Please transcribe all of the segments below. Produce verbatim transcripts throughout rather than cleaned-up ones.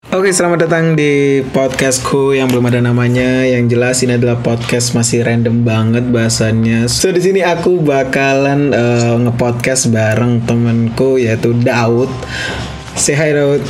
Oke, selamat datang di podcastku yang belum ada namanya. Yang jelas ini adalah podcast masih random banget bahasannya. So di sini aku bakalan uh, nge-podcast bareng temanku yaitu Daud. Say hi Daud.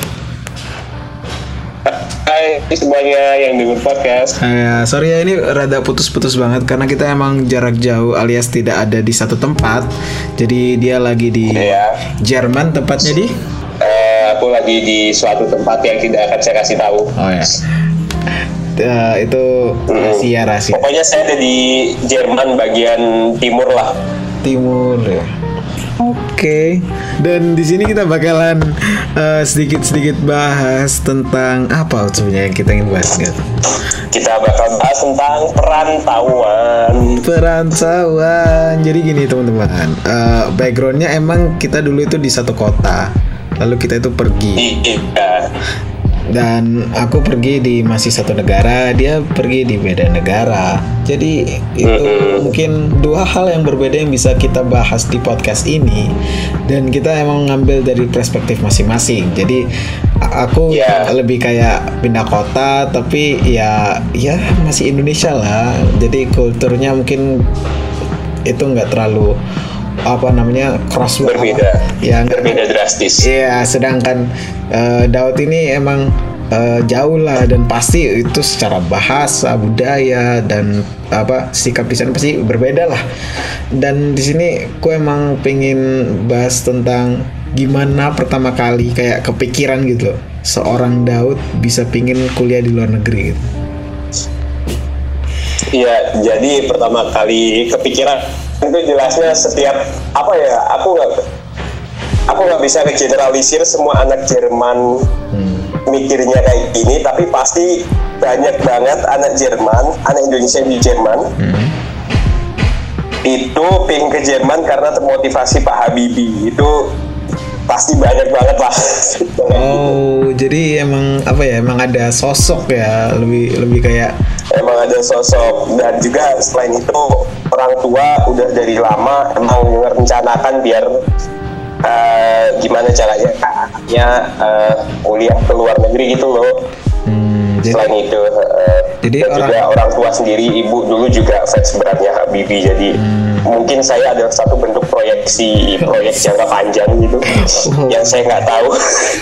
Hai semuanya yang denger podcast. Uh, sorry ya, ini rada putus-putus banget karena kita emang jarak jauh alias tidak ada di satu tempat. Jadi dia lagi di ya. Jerman, tempatnya di Uh, aku lagi di suatu tempat yang tidak akan saya kasih tahu. Oh ya. Uh, itu rahasia rahasia. Pokoknya saya ada di Jerman bagian timur lah. Timur ya. Oke. Okay. Dan di sini kita bakalan uh, sedikit-sedikit bahas tentang apa sebenarnya yang kita ingin bahas gitu. Kita bakal bahas tentang perantauan. Perantauan. Jadi gini teman-teman. Uh, backgroundnya emang kita dulu itu di satu kota. Lalu kita itu pergi. Iya. Dan aku pergi di masih satu negara, dia pergi di beda negara. Jadi itu mm-hmm. mungkin dua hal yang berbeda yang bisa kita bahas di podcast ini. Dan kita emang ngambil dari perspektif masing-masing. Jadi aku yeah. lebih kayak pindah kota, tapi ya ya masih Indonesia lah. Jadi kulturnya mungkin itu nggak terlalu apa namanya cross berbeda ya berbeda drastis. Iya, sedangkan uh, Daud ini emang uh, jauh lah, dan pasti itu secara bahasa, budaya dan apa sikap di sana pasti berbeda lah. Dan di sini aku emang pengen bahas tentang gimana pertama kali kayak kepikiran gitu loh, seorang Daud bisa pingin kuliah di luar negeri gitu. Iya, jadi pertama kali kepikiran itu jelasnya setiap apa ya, aku nggak aku nggak bisa ngegeneralisir semua anak Jerman hmm. mikirnya kayak gini, tapi pasti banyak banget anak Jerman, anak Indonesia di Jerman hmm. itu pengen ke Jerman karena termotivasi Pak Habibie. Itu pasti banyak banget lah. Oh, jadi emang apa ya, emang ada sosok ya, lebih lebih kayak emang ada sosok. Dan juga selain itu orang tua udah dari lama emang merencanakan biar uh, gimana caranya anaknya uh, kuliah ke luar negeri gitu loh. Hmm, jadi, selain itu uh, jadi dan orang, juga orang tua sendiri, ibu dulu juga fans beratnya Habibie. Jadi hmm. mungkin saya adalah satu bentuk proyeksi proyek jangka panjang gitu oh. yang saya nggak tahu.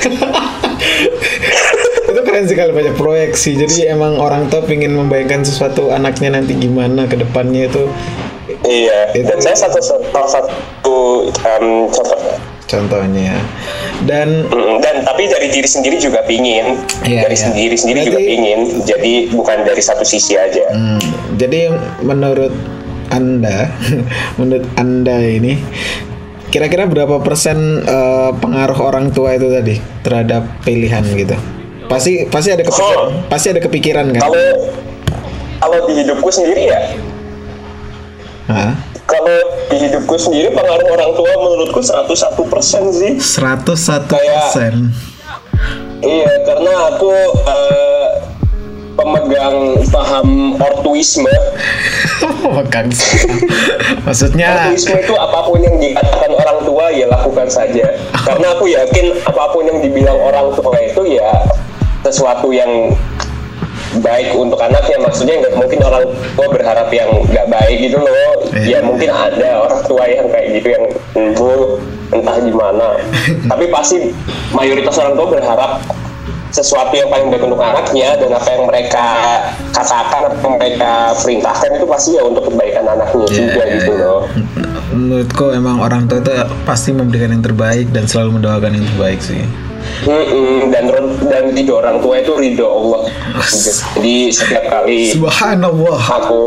Itu keren sekali, banyak proyeksi. Jadi emang orang tua pengen membayangkan sesuatu anaknya nanti gimana ke depannya itu. Iya, itu. Dan saya satu salah satu um, contohnya. Contohnya. Dan dan tapi dari diri sendiri juga pingin, iya, dari iya. sendiri sendiri Berarti, juga pingin. Jadi bukan dari satu sisi aja. Hmm, jadi menurut Anda, menurut Anda ini kira-kira berapa persen uh, pengaruh orang tua itu tadi terhadap pilihan gitu? Pasti pasti ada kepikiran, oh, pasti ada kepikiran kan? Kalau kalau di hidupku sendiri ya. Hah? Kalau di hidupku sendiri pengaruh orang tua menurutku seratus satu persen sih. seratus satu persen. Iya, karena aku uh, pemegang paham ortuisme. Pemegang maksudnya ortuisme itu apapun yang dikatakan orang tua ya lakukan saja. Karena aku yakin apapun yang dibilang orang tua itu ya sesuatu yang baik untuk anaknya. Maksudnya nggak mungkin orang tua berharap yang nggak baik gitu loh. Ya mungkin ada orang tua yang kayak gitu yang dulu entah gimana. Tapi pasti mayoritas orang tua berharap sesuatu yang paling baik untuk anaknya, dan apa yang mereka katakan, apa yang mereka perintahkan itu pasti ya untuk kebaikan anaknya yeah, juga gitu loh. Menurutku emang orang tua itu pasti memberikan yang terbaik dan selalu mendoakan yang terbaik sih. Mm-mm, dan dan ridho orang tua itu ridho Allah. Jadi setiap kali Subhanallah aku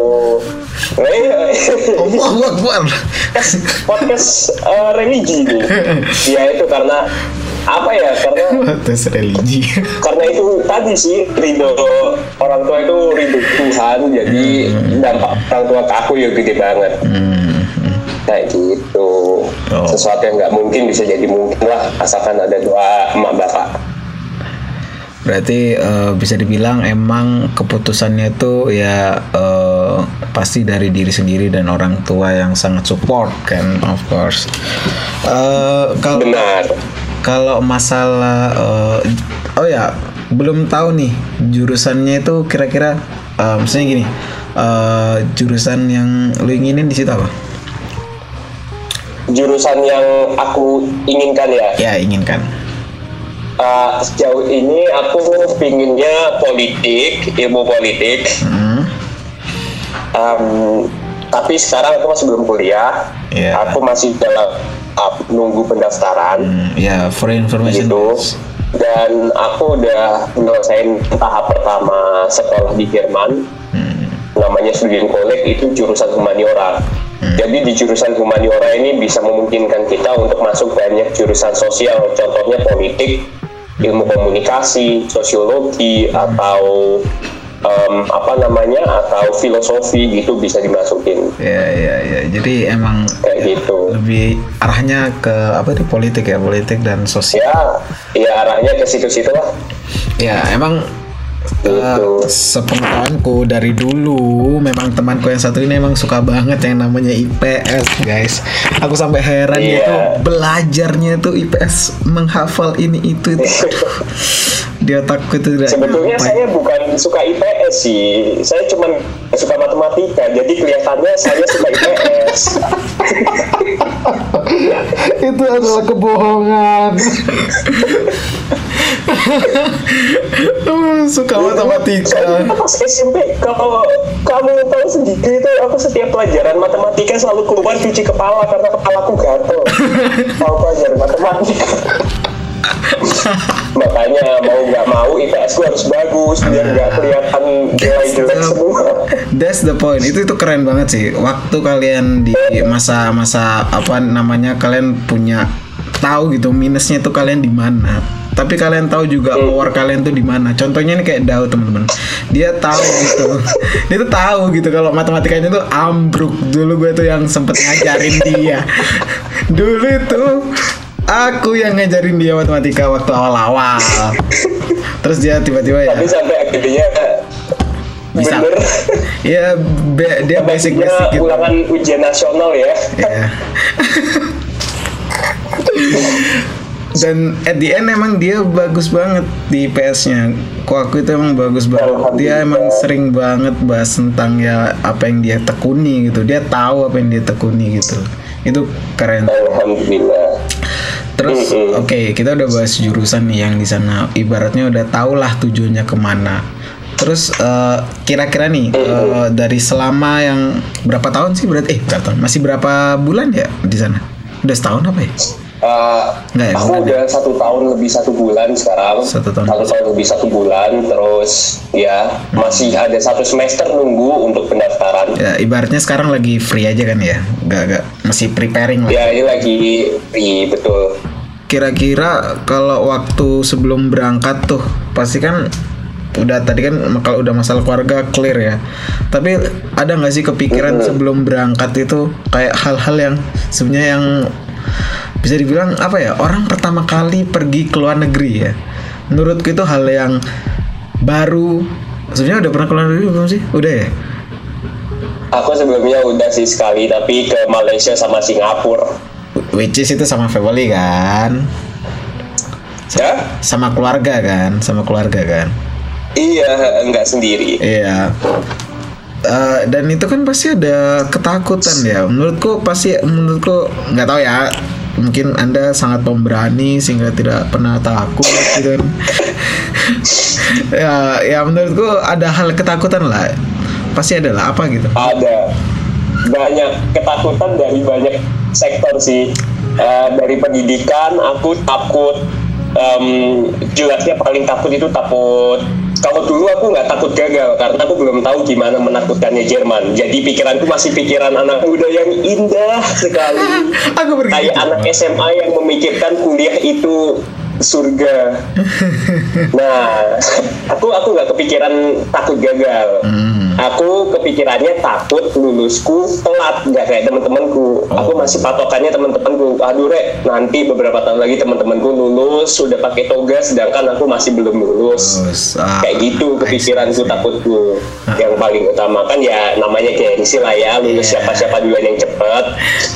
Allahu Akbar podcast uh, religi nih. Ya itu karena apa ya, karena tes religi. Karena itu tadi sih, ridho orang tua itu ridho Tuhan. Jadi hmm. dampak orang tua ke aku ya gede banget. Hmm. Kayak gitu. Oh. Sesuatu yang nggak mungkin bisa jadi mungkin lah, asalkan ada doa emak bapak. Berarti uh, bisa dibilang emang keputusannya itu ya uh, pasti dari diri sendiri dan orang tua yang sangat support kan, of course. Uh, kalau benar. Kalau masalah uh, oh ya belum tahu nih jurusannya itu kira-kira, uh, misalnya gini, uh, jurusan yang lu inginin di situ apa? Jurusan yang aku inginkan ya? Ya, inginkan. Uh, sejauh ini aku pinginnya politik, ilmu politik. Hmm. Um, tapi sekarang aku masih belum kuliah. Yeah. Aku masih dalam uh, nunggu pendaftaran. Hmm, ya, yeah, for information. Gitu. Dan aku udah menyelesaikan tahap pertama sekolah di Jerman, hmm. namanya Studienkolleg, itu jurusan humaniora. Hmm. Jadi di jurusan humaniora ini bisa memungkinkan kita untuk masuk banyak jurusan sosial, contohnya politik, ilmu komunikasi, sosiologi, hmm. atau um, apa namanya, atau filosofi gitu bisa dimasukin. Ya ya ya. Jadi emang kayak ya, gitu. Lebih arahnya ke apa nih, politik ya, politik dan sosial. Ya, ya arahnya ke situ-situ lah. Ya emang. Uh, sepengetahuanku dari dulu memang temanku yang satu ini emang suka banget yang namanya I P S, guys. Aku sampai heran yeah. Dia tuh belajarnya tuh I P S, menghafal ini itu, itu. Dia takut itu. Sebetulnya nyampai. Saya bukan suka I P S sih, saya cuma suka matematika, jadi kelihatannya saya suka I P S. Itu adalah kebohongan. Suka matematika. Pas S M P, kalau kamu tahu sendiri itu, aku setiap pelajaran matematika selalu keluar cuci kepala karena kepalaku gatel. Kalau pelajaran matematika. Makanya mau nggak mau I P S gue harus bagus biar nggak kelihatan nilai jelek semua. That's the point. Itu itu keren banget sih. Waktu kalian di masa-masa apa namanya, kalian punya tahu gitu minusnya itu kalian di mana. Tapi kalian tahu juga power kalian tuh di mana. Contohnya nih kayak Dao, teman-teman. Dia tahu gitu. Dia tuh tahu gitu kalau matematikanya tuh ambruk. Dulu gue tuh yang sempet ngajarin dia. Dulu itu aku yang ngajarin dia matematika waktu awal-awal. Terus dia tiba-tiba ya. Tapi sampai akhirnya bisa. Bener. Ya be- dia basic-basic gitu. Ulangan ujian nasional ya. Yeah. Dan at the end emang dia bagus banget di I P S-nya. Kok aku itu emang bagus banget. Dia emang sering banget bahas tentang ya apa yang dia tekuni gitu. Dia tahu apa yang dia tekuni gitu. Itu keren. Alhamdulillah. Terus oke, okay, kita udah bahas jurusan nih yang di sana. Ibaratnya udah tau lah tujuannya kemana. Terus uh, kira-kira nih uh, dari selama yang berapa tahun sih berarti? Eh berapa tahun? Masih berapa bulan ya di sana? Udah setahun apa ya? Uh, Nggak, ya, aku udah ya? satu tahun lebih satu bulan sekarang. Satu tahun. Satu tahun lebih satu bulan. Terus ya hmm. masih ada satu semester nunggu untuk pendaftaran. Ya ibaratnya sekarang lagi free aja kan ya? Gak, gak masih preparing lah. Ya ini lagi free, betul. Kira-kira kalau waktu sebelum berangkat tuh pasti kan udah tadi kan kalau udah masalah keluarga clear ya. Tapi ada nggak sih kepikiran hmm. sebelum berangkat itu kayak hal-hal yang sebenarnya yang bisa dibilang apa ya, orang pertama kali pergi ke luar negeri ya, menurutku itu hal yang baru. Sebenarnya udah pernah ke luar negeri belum sih? Udah ya? Aku sebelumnya udah sih sekali, tapi ke Malaysia sama Singapura. Which is itu sama family kan? Ya? Sama keluarga kan? Sama keluarga kan? Iya, enggak sendiri. Iya. Uh, dan itu kan pasti ada ketakutan ya. Menurutku pasti, menurutku nggak tahu ya. Mungkin Anda sangat pemberani sehingga tidak pernah takut gitu kan. ya, ya menurutku ada hal ketakutan lah. Pasti ada lah, apa gitu. Ada banyak ketakutan dari banyak sektor sih. Uh, dari pendidikan aku takut. Um, jelasnya paling takut itu takut. Kalau dulu aku nggak takut gagal karena aku belum tahu gimana menakutkannya Jerman. Jadi pikiranku masih pikiran anak muda yang indah sekali. Aku kayak anak S M A yang memikirkan kuliah itu surga. Nah, aku aku nggak kepikiran takut gagal. Hmm. Aku kepikirannya takut lulusku telat, nggak kayak teman-temanku. Oh. Aku masih patokannya teman-temanku. Aduh Rek, nanti beberapa tahun lagi teman-temanku lulus sudah pakai toga, sedangkan aku masih belum lulus. Oh, ah, kayak gitu kepikiranku, takutku. Ah. Yang paling utama kan ya namanya gengsi lah ya, lulus yeah. siapa-siapa duluan yang cepet.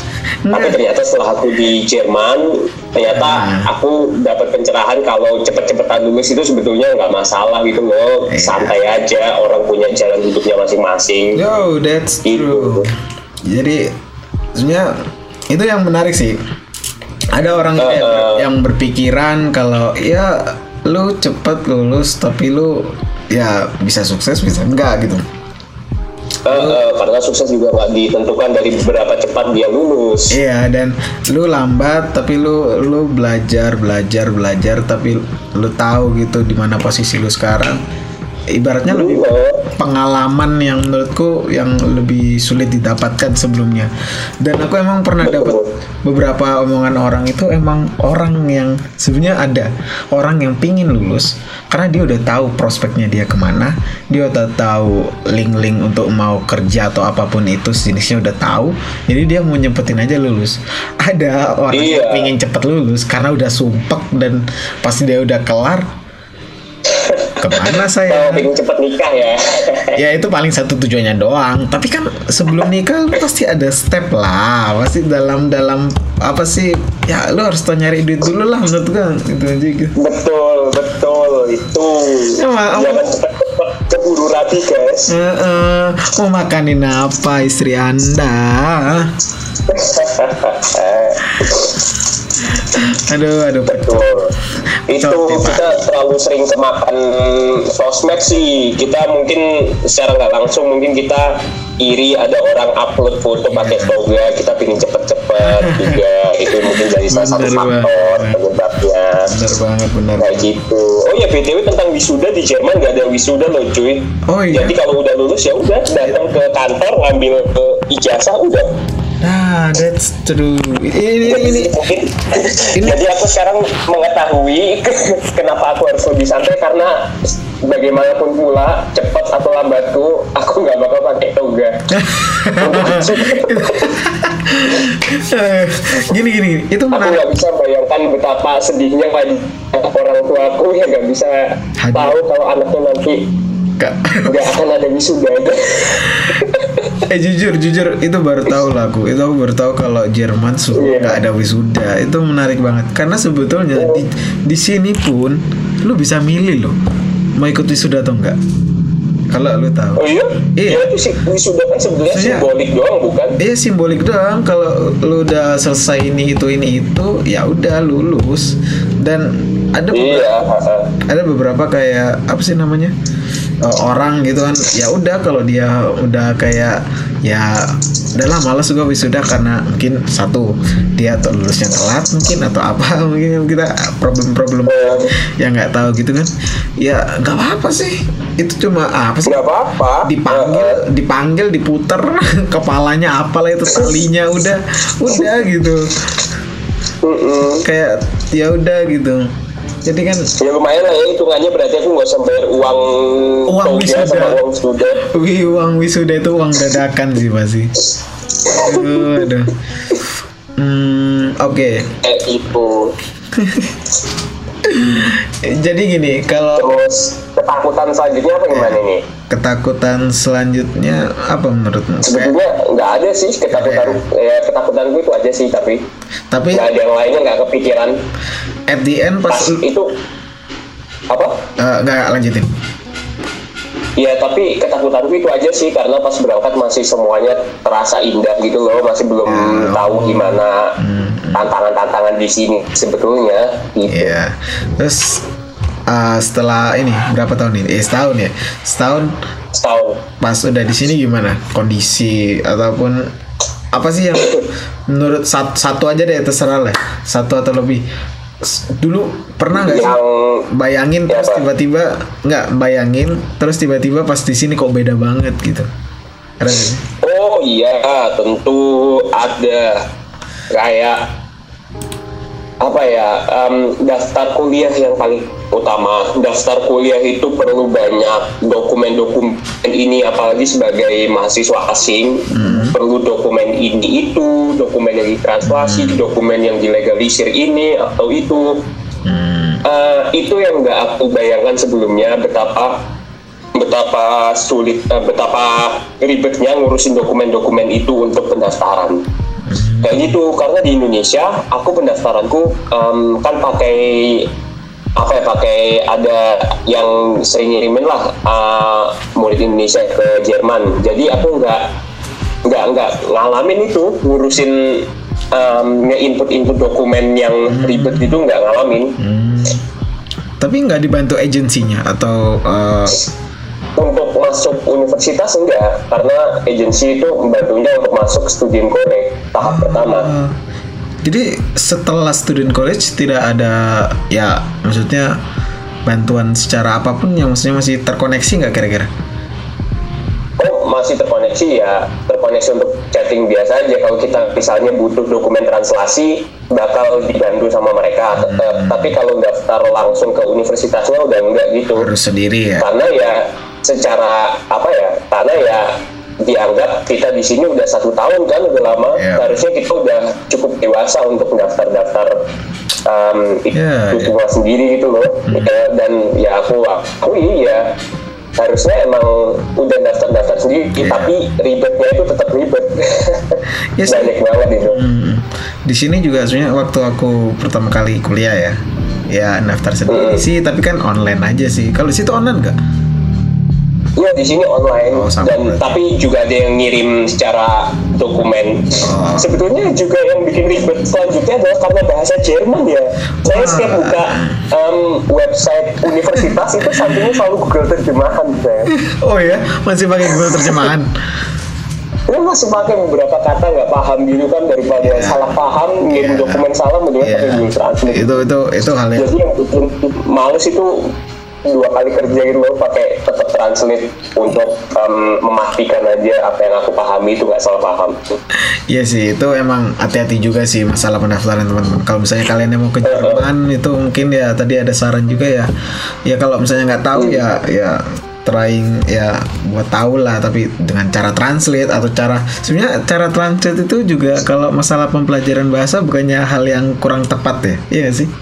Tapi ternyata setelah aku di Jerman, ternyata hmm. aku dapat pencerahan kalau cepet-cepetan lulus itu sebetulnya nggak masalah gitu loh, yeah. santai aja, orang punya jalan hidupnya masing-masing. Yo, that's true. Gitu. Jadi sebenarnya itu yang menarik sih. Ada orang uh, uh, yang berpikiran kalau ya lu cepet lulus tapi lu ya bisa sukses bisa enggak gitu. Uh, uh, karena sukses juga nggak ditentukan dari berapa cepat dia lulus. Iya, dan lu lambat tapi lu lu belajar belajar belajar tapi lu tahu gitu di mana posisi lu sekarang. Ibaratnya uh, lebih pengalaman yang menurutku yang lebih sulit didapatkan sebelumnya. Dan aku emang pernah dapat beberapa omongan orang itu emang orang yang sebenarnya ada orang yang pingin lulus karena dia udah tahu prospeknya dia kemana, dia udah tahu link-link untuk mau kerja atau apapun itu jenisnya udah tahu, jadi dia mau nyempetin aja lulus. Ada orang iya. yang pingin cepet lulus karena udah sumpek dan pas dia udah kelar kemana saya? Kalau pengen cepet nikah ya. Ya itu paling satu tujuannya doang. Tapi kan sebelum nikah lu pasti ada step lah. Pasti dalam dalam apa sih? Ya lu harus tahu nyari duit dulu lah menurut gue. Gitu aja gitu. Betul betul itu. Ya, jangan cepet-cepet keburu rapi guys. Uh, uh, mau makanin apa istri Anda? Aduh, aduh. Betul. Itu kita terlalu sering kemakan sosmed sih. Kita mungkin secara nggak langsung mungkin kita iri ada orang upload foto pakai toga, kita pengen cepet-cepet juga. Itu mungkin jadi salah satu faktor penyebabnya. Bener banget, bener. Kayak gitu. Oh ya, B T W tentang wisuda di Jerman nggak ada wisuda loh cuy. Oh iya. Jadi kalau udah lulus ya udah datang ke kantor ngambil ke ijazah udah. Nah, that's true. Ini ini mungkin. Ini. Jadi aku sekarang mengetahui kenapa aku harus lebih santai karena bagaimanapun pula cepat atau lambatku aku nggak bakal pakai toga. gini gini itu aku nggak bisa bayangkan betapa sedihnya pada orang tuaku yang nggak bisa Hadir. tahu kalau anaknya nanti nggak akan ada wisuda. Eh jujur jujur itu baru tahu lah aku itu aku baru tahu kalau Jerman suruh nggak yeah. ada wisuda. Itu menarik banget karena sebetulnya oh. di di sini pun lu bisa milih loh mau ikut wisuda atau enggak. Kalau lu tahu. Oh iya? Iya. Ya, itu sih wisuda kan sebenarnya simbolik doang bukan? Iya simbolik doang. Kalau lu udah selesai ini itu ini itu ya udah lulus. Dan ada beberapa, iya. ada beberapa kayak apa sih namanya uh, orang gitu kan. Ya udah kalau dia udah kayak ya udahlah malas juga wisuda karena mungkin satu dia atau lulusnya telat mungkin atau apa mungkin kita problem-problem yang nggak tahu gitu kan. Ya nggak apa-apa sih. Itu cuma apa sih? Gak apa-apa. Dipanggil, uh, dipanggil, diputer kepalanya apalah itu talinya udah, udah gitu. Uh-uh. Kayak ya udah gitu. Jadi kan ya lumayan lah ya hitungannya berarti aku nggak usah bayar uang uang wisuda sama uang wisuda. Wih, uang wisuda itu uang dadakan sih pasti. Aduh, aduh. Hmm, oke. Okay. Eh itu. Jadi gini, kalau terus ketakutan selanjutnya apa gimana nih? Ketakutan selanjutnya apa menurutmu? Sebetulnya nggak ada sih ketakutan, ya ketakutan gue itu aja sih tapi tapi nggak ada yang lainnya, nggak kepikiran. At the end pas, pas itu apa? Uh, nggak lanjutin. Ya tapi ketakutanku itu aja sih karena pas berangkat masih semuanya terasa indah gitu loh, masih belum hmm, tahu gimana hmm, tantangan-tantangan di sini sebetulnya. Gitu. Iya. Terus uh, setelah ini berapa tahun ini? Eh setahun ya. Setahun. Setahun. Pas udah di sini gimana kondisi ataupun apa sih yang menurut satu, satu aja deh terserah lah, satu atau lebih. Dulu pernah nggak sih bayangin terus ya, tiba-tiba nggak bayangin terus tiba-tiba pas di sini kok beda banget gitu? Ada gak sih? Oh iya tentu ada. Kayak apa ya, um, daftar kuliah yang paling utama. Daftar kuliah itu perlu banyak dokumen-dokumen ini, apalagi sebagai mahasiswa asing, hmm. perlu dokumen ini itu, dokumen yang ditranslasi, hmm. dokumen yang dilegalisir ini atau itu. Hmm. Uh, itu yang nggak aku bayangkan sebelumnya, betapa betapa sulit, uh, betapa ribetnya ngurusin dokumen-dokumen itu untuk pendaftaran. Hmm. Kayak gitu, karena di Indonesia aku pendaftaranku um, kan pakai apa ya pakai ada yang sering ngirimin lah uh, murid Indonesia ke Jerman. Jadi aku nggak nggak nggak ngalamin itu ngurusin um, nge-input input dokumen yang ribet itu, nggak ngalamin. Hmm. Tapi nggak dibantu agensinya atau uh... untuk masuk universitas enggak, karena agensi itu membantunya untuk masuk student college tahap uh, pertama. Jadi setelah student college tidak ada ya maksudnya bantuan secara apapun yang maksudnya masih terkoneksi nggak kira-kira? Oh masih terkoneksi ya, terkoneksi untuk chatting biasa aja. Kalau kita misalnya butuh dokumen translasi bakal dibantu sama mereka. Hmm. Tapi kalau daftar langsung ke universitasnya udah enggak gitu. Harus sendiri ya. Karena ya secara apa ya? Karena ya dianggap kita di sini udah satu tahun kan, udah lama. Yeah. Harusnya kita udah cukup dewasa untuk daftar-daftar um, yeah, itu semua yeah. sendiri gitu loh. Hmm. Dan ya aku akui ya harusnya emang udah daftar-daftar sendiri, yeah. tapi ribetnya itu tetap ribet. Yes, banyak banget itu. Hmm. Di sini juga sebenarnya waktu aku pertama kali kuliah ya, ya daftar sendiri hmm. sih, tapi kan online aja sih. Kalau di situ online nggak? Iya di sini online, oh, dan berarti. Tapi juga ada yang ngirim secara dokumen. Oh. Sebetulnya juga yang bikin ribet selanjutnya adalah karena bahasa Jerman ya. Saya setiap buka um, website universitas itu sampingnya selalu Google terjemahan saya. Oh ya, masih pakai Google terjemahan? Ini masih pakai beberapa kata nggak paham gitu kan, daripada yeah. salah paham ngirim yeah. dokumen salah mendingan yeah. pakai Google Translate. Itu itu itu hal yang. Jadi yang bikin males itu dua kali kerja gitu loh, pakai tetap translate untuk um, memastikan aja apa yang aku pahami itu nggak salah paham. Iya sih, itu emang hati-hati juga sih masalah pendaftaran teman-teman. Kalau misalnya kalian yang mau ke Jerman uh-uh. itu mungkin ya tadi ada saran juga ya. Ya kalau misalnya nggak tahu hmm. ya ya trying ya buat tahu lah, tapi dengan cara translate atau cara sebenarnya cara translate itu juga kalau masalah pembelajaran bahasa bukannya hal yang kurang tepat ya, iya gak sih?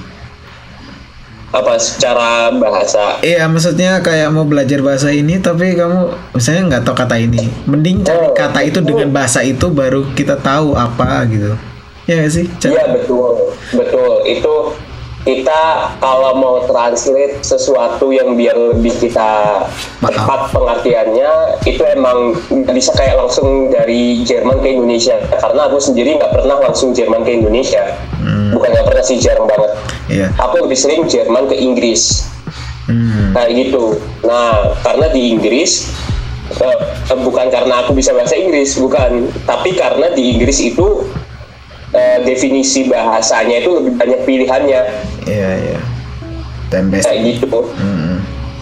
Apa secara bahasa? Iya maksudnya kayak mau belajar bahasa ini tapi kamu misalnya nggak tahu kata ini, mending cari oh, kata itu dengan bahasa itu baru kita tahu apa gitu, ya nggak sih? Iya betul betul itu kita kalau mau translate sesuatu yang biar lebih kita tepat pengertiannya itu emang nggak bisa kayak langsung dari Jerman ke Indonesia, karena aku sendiri nggak pernah langsung Jerman ke Indonesia. hmm. Bukan nggak pernah sih, jarang banget. yeah. Aku lebih sering Jerman ke Inggris. hmm. Kayak gitu. Nah karena di Inggris uh, bukan karena aku bisa bahasa Inggris, bukan, tapi karena di Inggris itu Uh, definisi bahasanya itu lebih banyak pilihannya. Iya iya. Tembes. Kayak gitu. Hmm.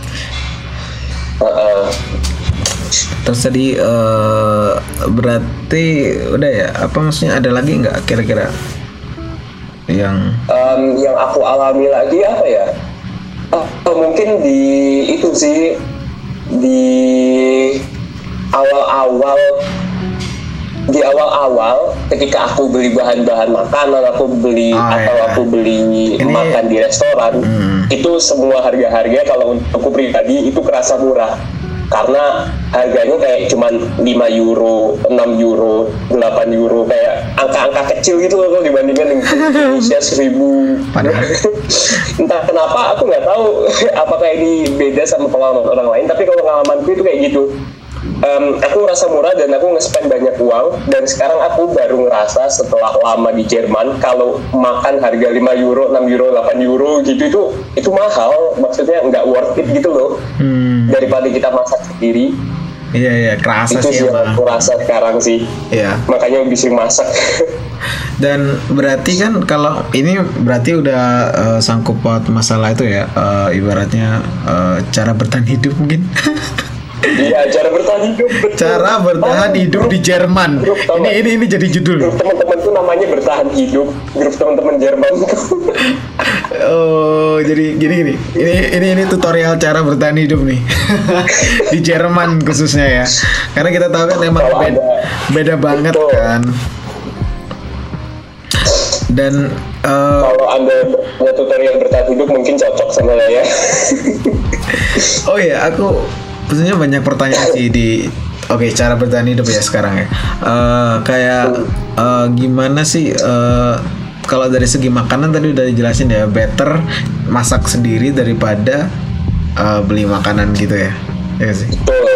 Uh-uh. Terus tadi uh, berarti udah ya? Apa maksudnya ada lagi nggak kira-kira yang? Um, yang aku alami lagi apa ya? Uh, mungkin di itu sih di awal-awal. Di awal-awal ketika aku beli bahan-bahan makanan, aku beli oh, atau iya. aku beli ini, makan di restoran, hmm. itu semua harga-harga kalau untuk aku pribadi itu kerasa murah. Karena harganya kayak cuman lima euro, enam euro, delapan euro, kayak angka-angka kecil gitu loh dibandingkan dengan Indonesia seribu. Entah kenapa aku nggak tahu apakah ini beda sama pengalaman orang lain, tapi kalau pengalamanku itu kayak gitu. Um, aku ngerasa murah dan aku nge-spend banyak uang, dan sekarang aku baru ngerasa setelah lama di Jerman kalau makan harga lima euro, enam euro, delapan euro gitu itu itu mahal, maksudnya nggak worth it gitu loh. hmm. Daripada kita masak sendiri. Iya iya kerasa itu sih. Itu sih yang aku rasa sekarang sih. Iya. Makanya lebih sering masak. Dan berarti kan kalau ini berarti udah uh, sangkut paut masalah itu ya, uh, ibaratnya uh, cara bertahan hidup mungkin. Iya, cara bertahan hidup. Betul. Cara bertahan hidup grup, di Jerman. Grup, ini ini ini jadi judul. Grup teman-teman tuh namanya bertahan hidup. Grup teman-teman Jerman. Oh, jadi gini gini. Ini ini ini tutorial cara bertahan hidup nih. Di Jerman khususnya ya. Karena kita tahu kan emang beda, beda banget betul. Kan. Dan uh, kalau Anda punya tutorial bertahan hidup mungkin cocok sama saya. Oh iya, aku sebenarnya banyak pertanyaan sih di oke okay, cara bertahan hidup ya sekarang ya. Uh, kayak uh, gimana sih? Uh, kalau dari segi makanan tadi udah dijelasin ya, better masak sendiri daripada uh, beli makanan gitu ya, ya sih.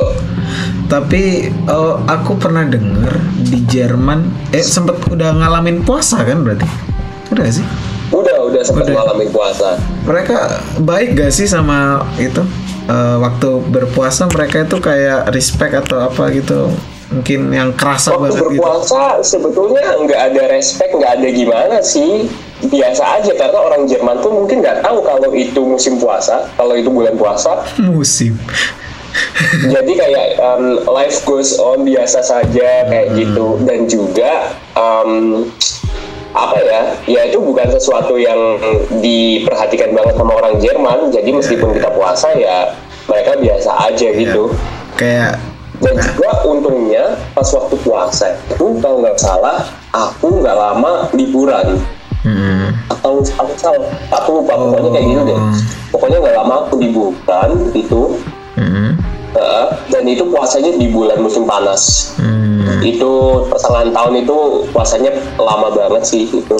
Tapi uh, aku pernah denger di Jerman, eh sempet udah ngalamin puasa kan berarti? Udah gak sih? Udah, udah sempet udah. ngalamin puasa. Mereka baik gak sih sama itu? Uh, waktu berpuasa mereka itu kayak respect atau apa gitu? Mungkin yang kerasa waktu banget berpuasa gitu. Sebetulnya nggak ada respect, nggak ada gimana sih, biasa aja karena orang Jerman tuh mungkin nggak tahu kalau itu musim puasa, kalau itu bulan puasa. Musim. Jadi kayak um, life goes on biasa saja kayak hmm. gitu, dan juga um, apa ya, ya itu bukan sesuatu yang diperhatikan banget sama orang Jerman. Jadi meskipun kita puasa ya mereka biasa aja gitu. Kayak dan juga untungnya pas waktu puasa itu kalau nggak salah aku nggak lama liburan hmm. atau aku salah aku lupa oh. pokoknya kayak gitu deh, pokoknya nggak lama aku liburan itu hmm. uh, dan itu puasanya di bulan musim panas hmm. itu pertengahan tahun itu puasanya lama banget sih itu.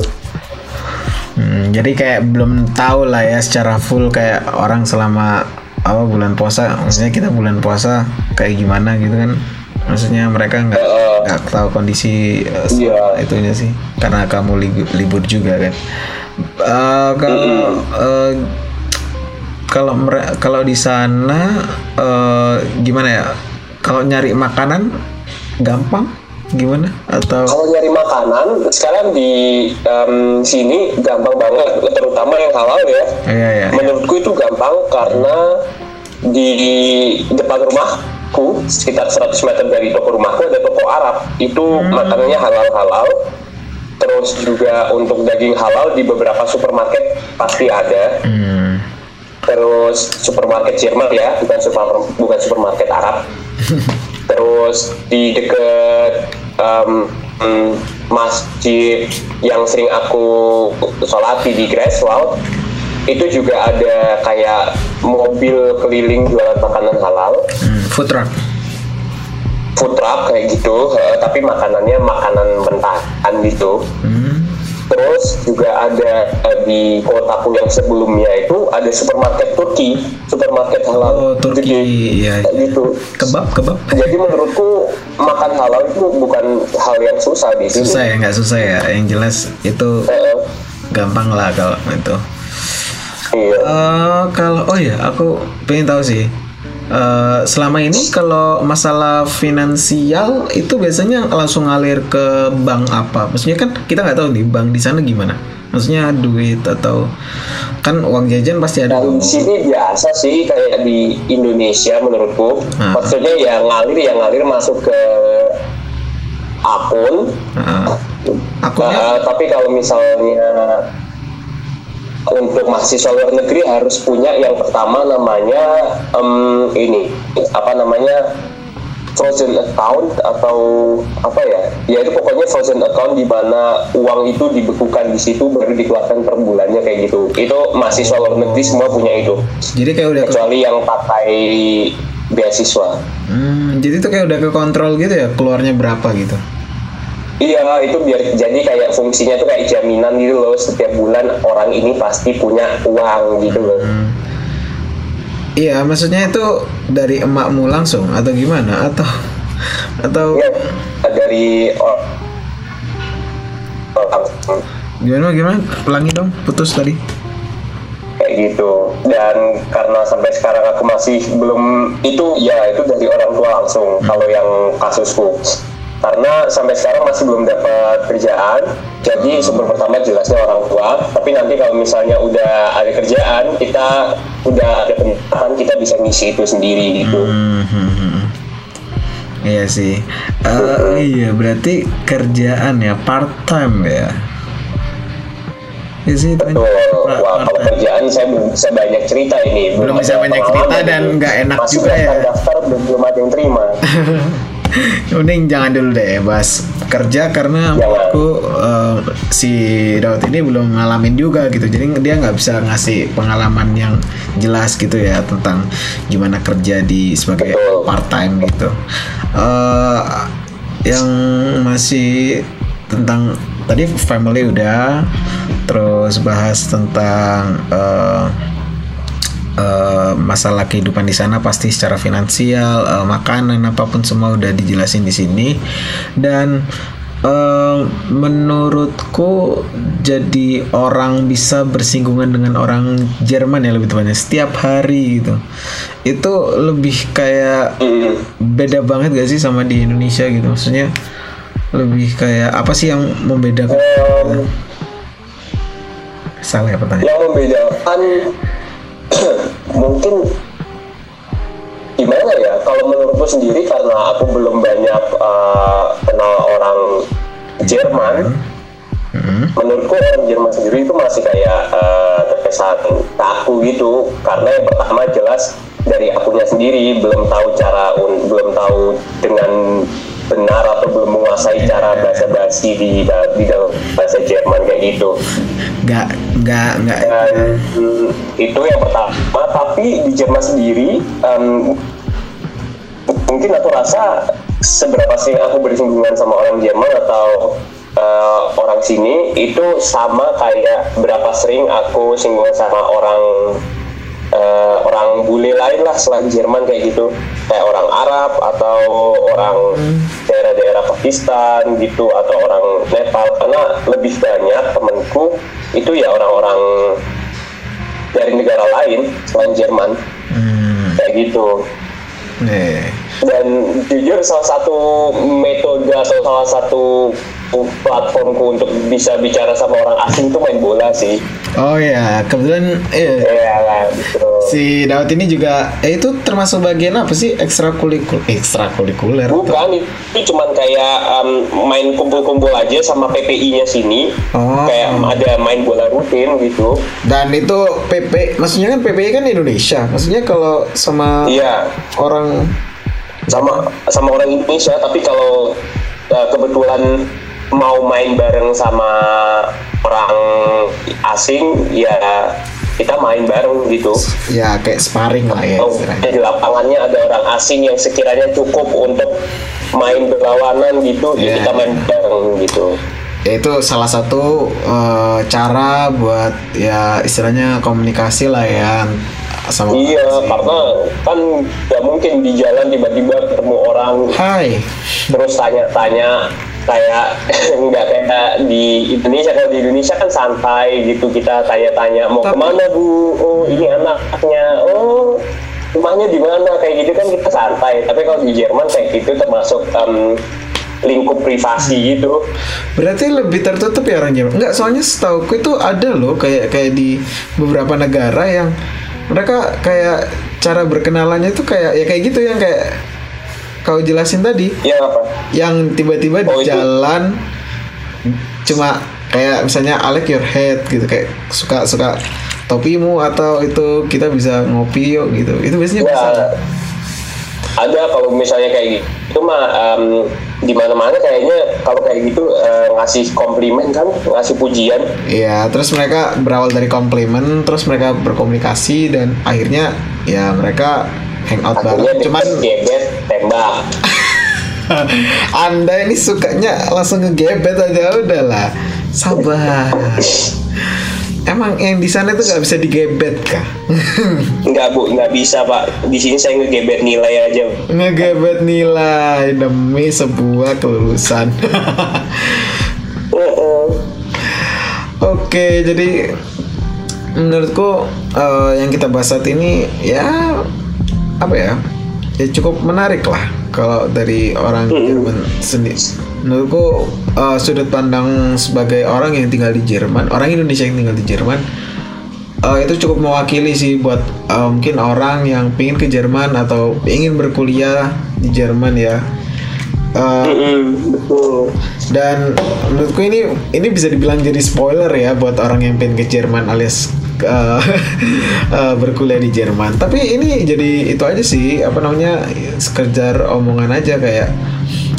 Hmm, jadi kayak belum tahu lah ya secara full kayak orang selama apa bulan puasa, maksudnya kita bulan puasa kayak gimana gitu kan, maksudnya mereka nggak nggak uh, tahu kondisi uh, yeah. itunya sih, karena kamu li- libur juga kan. Uh, kalau uh, kalau mere- kalau di sana uh, gimana ya? Kalau nyari makanan gampang gimana? Atau kalau nyari makanan sekarang di um, sini gampang banget, terutama yang halal ya. Iya, iya, menurutku itu gampang karena di depan rumahku sekitar seratus meter dari toko rumahku ada toko Arab, itu hmm. makanannya halal-halal. Terus juga untuk daging halal di beberapa supermarket pasti ada. Hmm. Terus supermarket Jerman ya, bukan super bukan supermarket Arab. Terus di dekat um, um, masjid yang sering aku sholati di Greifswald itu juga ada kayak mobil keliling jualan makanan halal, hmm, food truck, food truck kayak gitu, uh, tapi makanannya makanan mentahan gitu. Hmm. Terus juga ada uh, di kotaku yang sebelumnya itu ada supermarket Turki, supermarket halal. Oh, Turki, ya. Gitu. Kebab, kebab. Jadi menurutku makan halal itu bukan hal yang susah di sini. Susah ya, nggak susah ya. Yang jelas itu uh, gampang lah kalau itu. Iya. Uh, kalau oh ya, aku pengen tahu sih. Uh, selama ini kalau masalah finansial itu biasanya langsung ngalir ke bank apa? Maksudnya kan kita nggak tahu nih bank di sana gimana. Maksudnya duit atau kan uang jajan pasti ada. Di sini biasa sih kayak di Indonesia menurutku. Nah. Maksudnya ya ngalir ya ngalir masuk ke akun. Nah. Akunnya. Uh, tapi kalau misalnya untuk mahasiswa luar negeri harus punya yang pertama namanya um, ini apa namanya frozen account atau apa ya ya itu pokoknya frozen account di mana uang itu dibekukan di situ baru dikeluarkan per bulannya kayak gitu. Itu mahasiswa luar negeri semua punya itu. Jadi kayak udah kecuali ke... yang pakai beasiswa. Hmm, jadi itu kayak udah ke kontrol gitu ya keluarnya berapa gitu. Iya, itu biar jadi kayak fungsinya tuh kayak jaminan gitu loh, setiap bulan orang ini pasti punya uang gitu loh. Hmm. Iya, maksudnya itu dari emakmu langsung atau gimana? Atau atau ya, dari orang. Gimana gimana? Ulangi dong, putus tadi. Kayak gitu. Dan karena sampai sekarang aku masih belum itu ya itu dari orang tua langsung. Hmm. Kalau yang kasusku. Karena sampai sekarang masih belum dapat kerjaan, jadi sumber pertama jelasnya orang tua. Tapi nanti kalau misalnya udah ada kerjaan, kita udah ada pendapatan, kita bisa ngisi itu sendiri gitu. Hmm, hmm, hmm. Iya sih. Uh, iya berarti kerjaan ya part time ya. Ya sih, betul. Wah, kalau kerjaan saya belum bisa banyak cerita ini. Belum, belum bisa banyak cerita dan nggak enak masih juga ya. Masih daftar belum ada yang terima. Mending jangan dulu deh bahas kerja karena menurutku uh, si Daud ini belum ngalamin juga gitu. Jadi dia nggak bisa ngasih pengalaman yang jelas gitu ya tentang gimana kerja di sebagai part time gitu. Uh, yang masih tentang tadi family udah, terus bahas tentang uh, uh, masalah kehidupan di sana pasti secara finansial, uh, makanan apapun semua udah dijelasin di sini. Dan uh, menurutku jadi orang bisa bersinggungan dengan orang Jerman ya lebih tepatnya setiap hari gitu, itu lebih kayak beda banget gak sih sama di Indonesia gitu. Maksudnya lebih kayak apa sih yang membedakan? Um, Salah ya pertanyaan. Yang membedakan mungkin gimana ya? Kalau menurutku sendiri karena aku belum banyak uh, kenal orang Jerman. Hmm. Menurutku orang Jerman sendiri itu masih kayak uh, terkesan kaku gitu. Karena yang pertama jelas dari akunya sendiri belum tahu cara un, belum tahu dengan benar atau belum menguasai cara bahasa basi di di dalam bahasa Jerman kayak gitu. Nggak, nggak, nggak. Dan, hmm, itu yang pertama. Tapi di Jerman sendiri, um, mungkin aku rasa seberapa sih aku bersinggungan sama orang Jerman atau uh, orang sini itu sama kayak berapa sering aku singgungan sama orang Uh, orang bule lain lah selain Jerman kayak gitu, kayak orang Arab atau orang daerah-daerah Pakistan gitu atau orang Nepal, karena lebih banyak temanku itu ya orang-orang dari negara lain selain Jerman. hmm. Kayak gitu. Nih. Dan jujur salah satu metode atau salah satu platformku untuk bisa bicara sama orang asing tuh main bola sih. Oh ya, kebetulan iya. Iya kan, gitu. Si Daud ini juga eh itu termasuk bagian apa sih ekstrakurikuler? Ekstrakurikuler. Bukan, itu cuman kayak um, main kumpul-kumpul aja sama P P I-nya sini. Oh. Kayak ada main bola rutin gitu. Dan itu P P, maksudnya kan P P I kan Indonesia. Maksudnya kalau sama iya. orang sama sama orang Indonesia, tapi kalau uh, kebetulan mau main bareng sama orang asing ya kita main bareng gitu ya, kayak sparring lah ya. Oh, di lapangannya ada orang asing yang sekiranya cukup untuk main berlawanan gitu yeah. Ya kita main bareng gitu. Ya, itu salah satu uh, cara buat ya istilahnya komunikasi lah ya sama iya kasih. Karena kan gak mungkin di jalan tiba-tiba ketemu orang hai terus tanya-tanya kayak nggak kayak di Indonesia. Kalau di Indonesia kan santai gitu, kita tanya-tanya mau Tapi, kemana bu, oh ini anaknya, oh rumahnya di mana, kayak gitu kan kita santai. Tapi kalau di Jerman kayak gitu termasuk um, lingkup privasi gitu. Berarti lebih tertutup ya orang Jerman? Enggak, soalnya setauku itu ada loh kayak kayak di beberapa negara yang mereka kayak cara berkenalannya itu kayak ya kayak gitu yang kayak kau jelasin tadi. Yang apa? Yang tiba-tiba oh, di jalan itu. Cuma kayak misalnya I like your head gitu, kayak suka suka topimu atau itu kita bisa ngopi yuk gitu. Itu biasanya ya, bisa. Ada kalau misalnya kayak gitu. Itu mah um, di mana-mana kayaknya kalau kayak gitu uh, ngasih komplimen kan, ngasih pujian. Iya, terus mereka berawal dari komplimen, terus mereka berkomunikasi dan akhirnya ya mereka hangout bareng. Cuman gebet tembak. Anda ini sukanya langsung ngegebet aja, udahlah. Sabar. Emang yang di sana tuh nggak bisa digebet kah? Nggak bu, nggak bisa pak. Di sini saya ngegebet nilai aja. Ngegebet nilai demi sebuah kelulusan. uh-uh. Oke, jadi menurutku uh, yang kita bahas saat ini ya apa ya? Ya cukup menarik lah kalau dari orang mm-hmm. Jerman sendiri. Menurutku uh, sudut pandang sebagai orang yang tinggal di Jerman, orang Indonesia yang tinggal di Jerman, uh, itu cukup mewakili sih buat uh, mungkin orang yang pingin ke Jerman atau ingin berkuliah di Jerman ya. Uh, mm-hmm, betul. Dan menurutku ini ini bisa dibilang jadi spoiler ya buat orang yang pengen ke Jerman alias uh, uh, berkuliah di Jerman. Tapi ini jadi itu aja sih, apa namanya, sekedar omongan aja kayak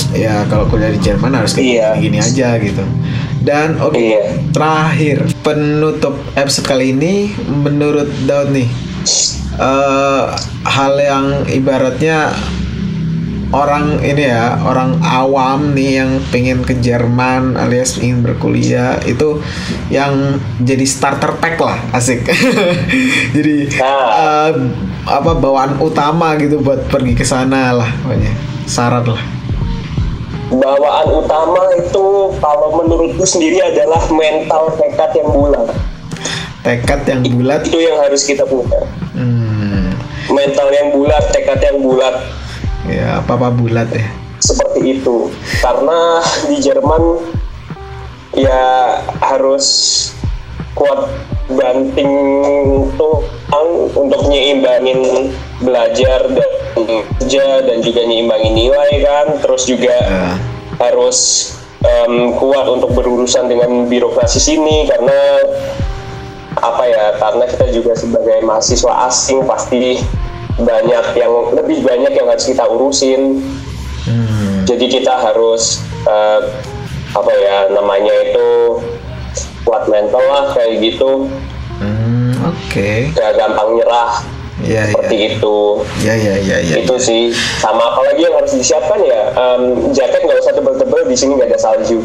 ya kalau kuliah di Jerman harus kayak Iya. gini aja gitu. Dan oke, Iya. terakhir penutup episode kali ini menurut Daud nih, eh, hal yang ibaratnya orang ini ya, orang awam nih yang pengen ke Jerman alias ingin berkuliah itu yang jadi starter pack lah, asik. Jadi Nah. eh, apa bawaan utama gitu buat pergi ke sana lah, pokoknya syarat lah. Bawaan utama itu kalau menurutku sendiri adalah mental tekad yang bulat. Tekad yang bulat. Itu yang harus kita punya. Hmm, Mental yang bulat, tekad yang bulat. ya apa-apa bulat ya. Seperti itu. Karena di Jerman ya harus kuat banting tuh untuk nyimbangin belajar dan kerja dan juga nyimbangin nilai kan, terus juga Ya. harus em, kuat untuk berurusan dengan birokrasi sini karena apa ya, karena kita juga sebagai mahasiswa asing pasti banyak yang lebih banyak yang harus kita urusin. Hmm, Jadi kita harus eh, apa ya namanya itu kuat mental lah kayak gitu, hmm, oke. gak gampang nyerah Ya, seperti ya. itu. Ya, ya, ya, ya. Itu sih. Sama apalagi yang harus disiapkan ya, em, jaket nggak usah tebel-tebel, di sini nggak ada salju.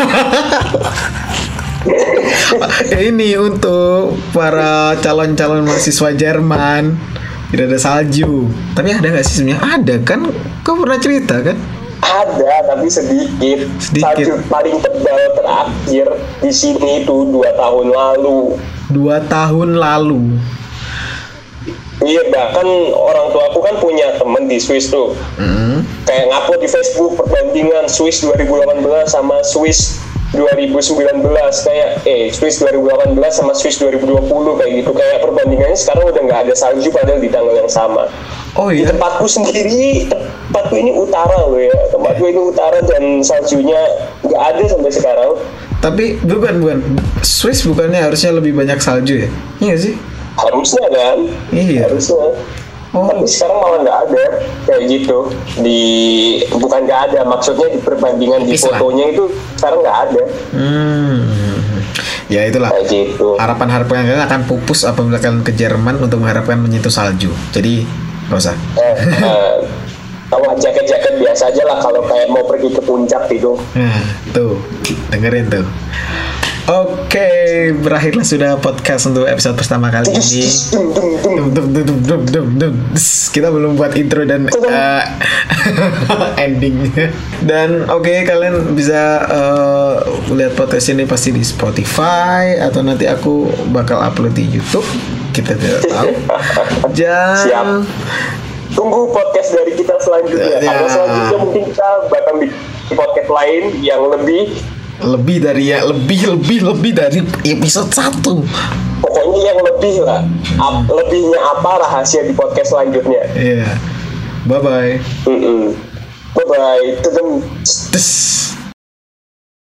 Ini untuk para calon-calon mahasiswa Jerman, tidak ada salju. Tapi ada nggak sih sebenarnya? Ada kan? Kau pernah cerita kan? Ada tapi sedikit. Sedikit. Salju paling tebal terakhir di sini itu dua tahun lalu. Dua tahun lalu. Iya, bahkan orang tua aku kan punya temen di Swiss tuh. Hmm. Kayak ngupload di Facebook perbandingan Swiss dua ribu delapan belas sama Swiss dua ribu sembilan belas, kayak eh Swiss dua ribu delapan belas sama Swiss dua ribu dua puluh kayak gitu. Kayak perbandingannya sekarang udah nggak ada salju padahal di tanggal yang sama. Oh Di iya. tempatku sendiri, tempatku ini utara loh ya, tempatku ini utara dan saljunya nggak ada sampai sekarang. Tapi bukan bukan. Swiss bukannya harusnya lebih banyak salju ya? Iya sih. Harusnya kan? Iya. Harusnya. Oh. Tapi sekarang malah nggak ada kayak gitu. Di bukan nggak ada, maksudnya di perbandingan di Tipis lah. fotonya itu sekarang nggak ada Hmm. Ya itulah. kayak gitu. Harapan-harapan kalian akan pupus apabila kalian ke Jerman untuk mengharapkan menyentuh salju. Jadi nggak usah. Eh, eh, kalau jaket-jaket biasa aja lah kalau kayak mau pergi ke puncak gitu. Nah, tuh, dengerin tuh. Oke, berakhirlah sudah podcast untuk episode pertama kali ini. Dung, dung, dung. Dum, dum, dum, dum, dum, dum. Tss, Kita belum buat intro dan uh, endingnya. Dan oke, kalian bisa uh, lihat podcast ini pasti di Spotify atau nanti aku bakal upload di YouTube. Kita tidak tahu. Dan Siap. Tunggu podcast dari kita selanjutnya. Ya. Ada selanjutnya mungkin kita bakal bikin podcast lain yang lebih, lebih dari ya lebih lebih lebih dari episode satu. pokoknya yang lebih lah. Ap- lebihnya apa rahasia di podcast selanjutnya. Iya. Bye bye. Mm-mm. Bye bye. Tes.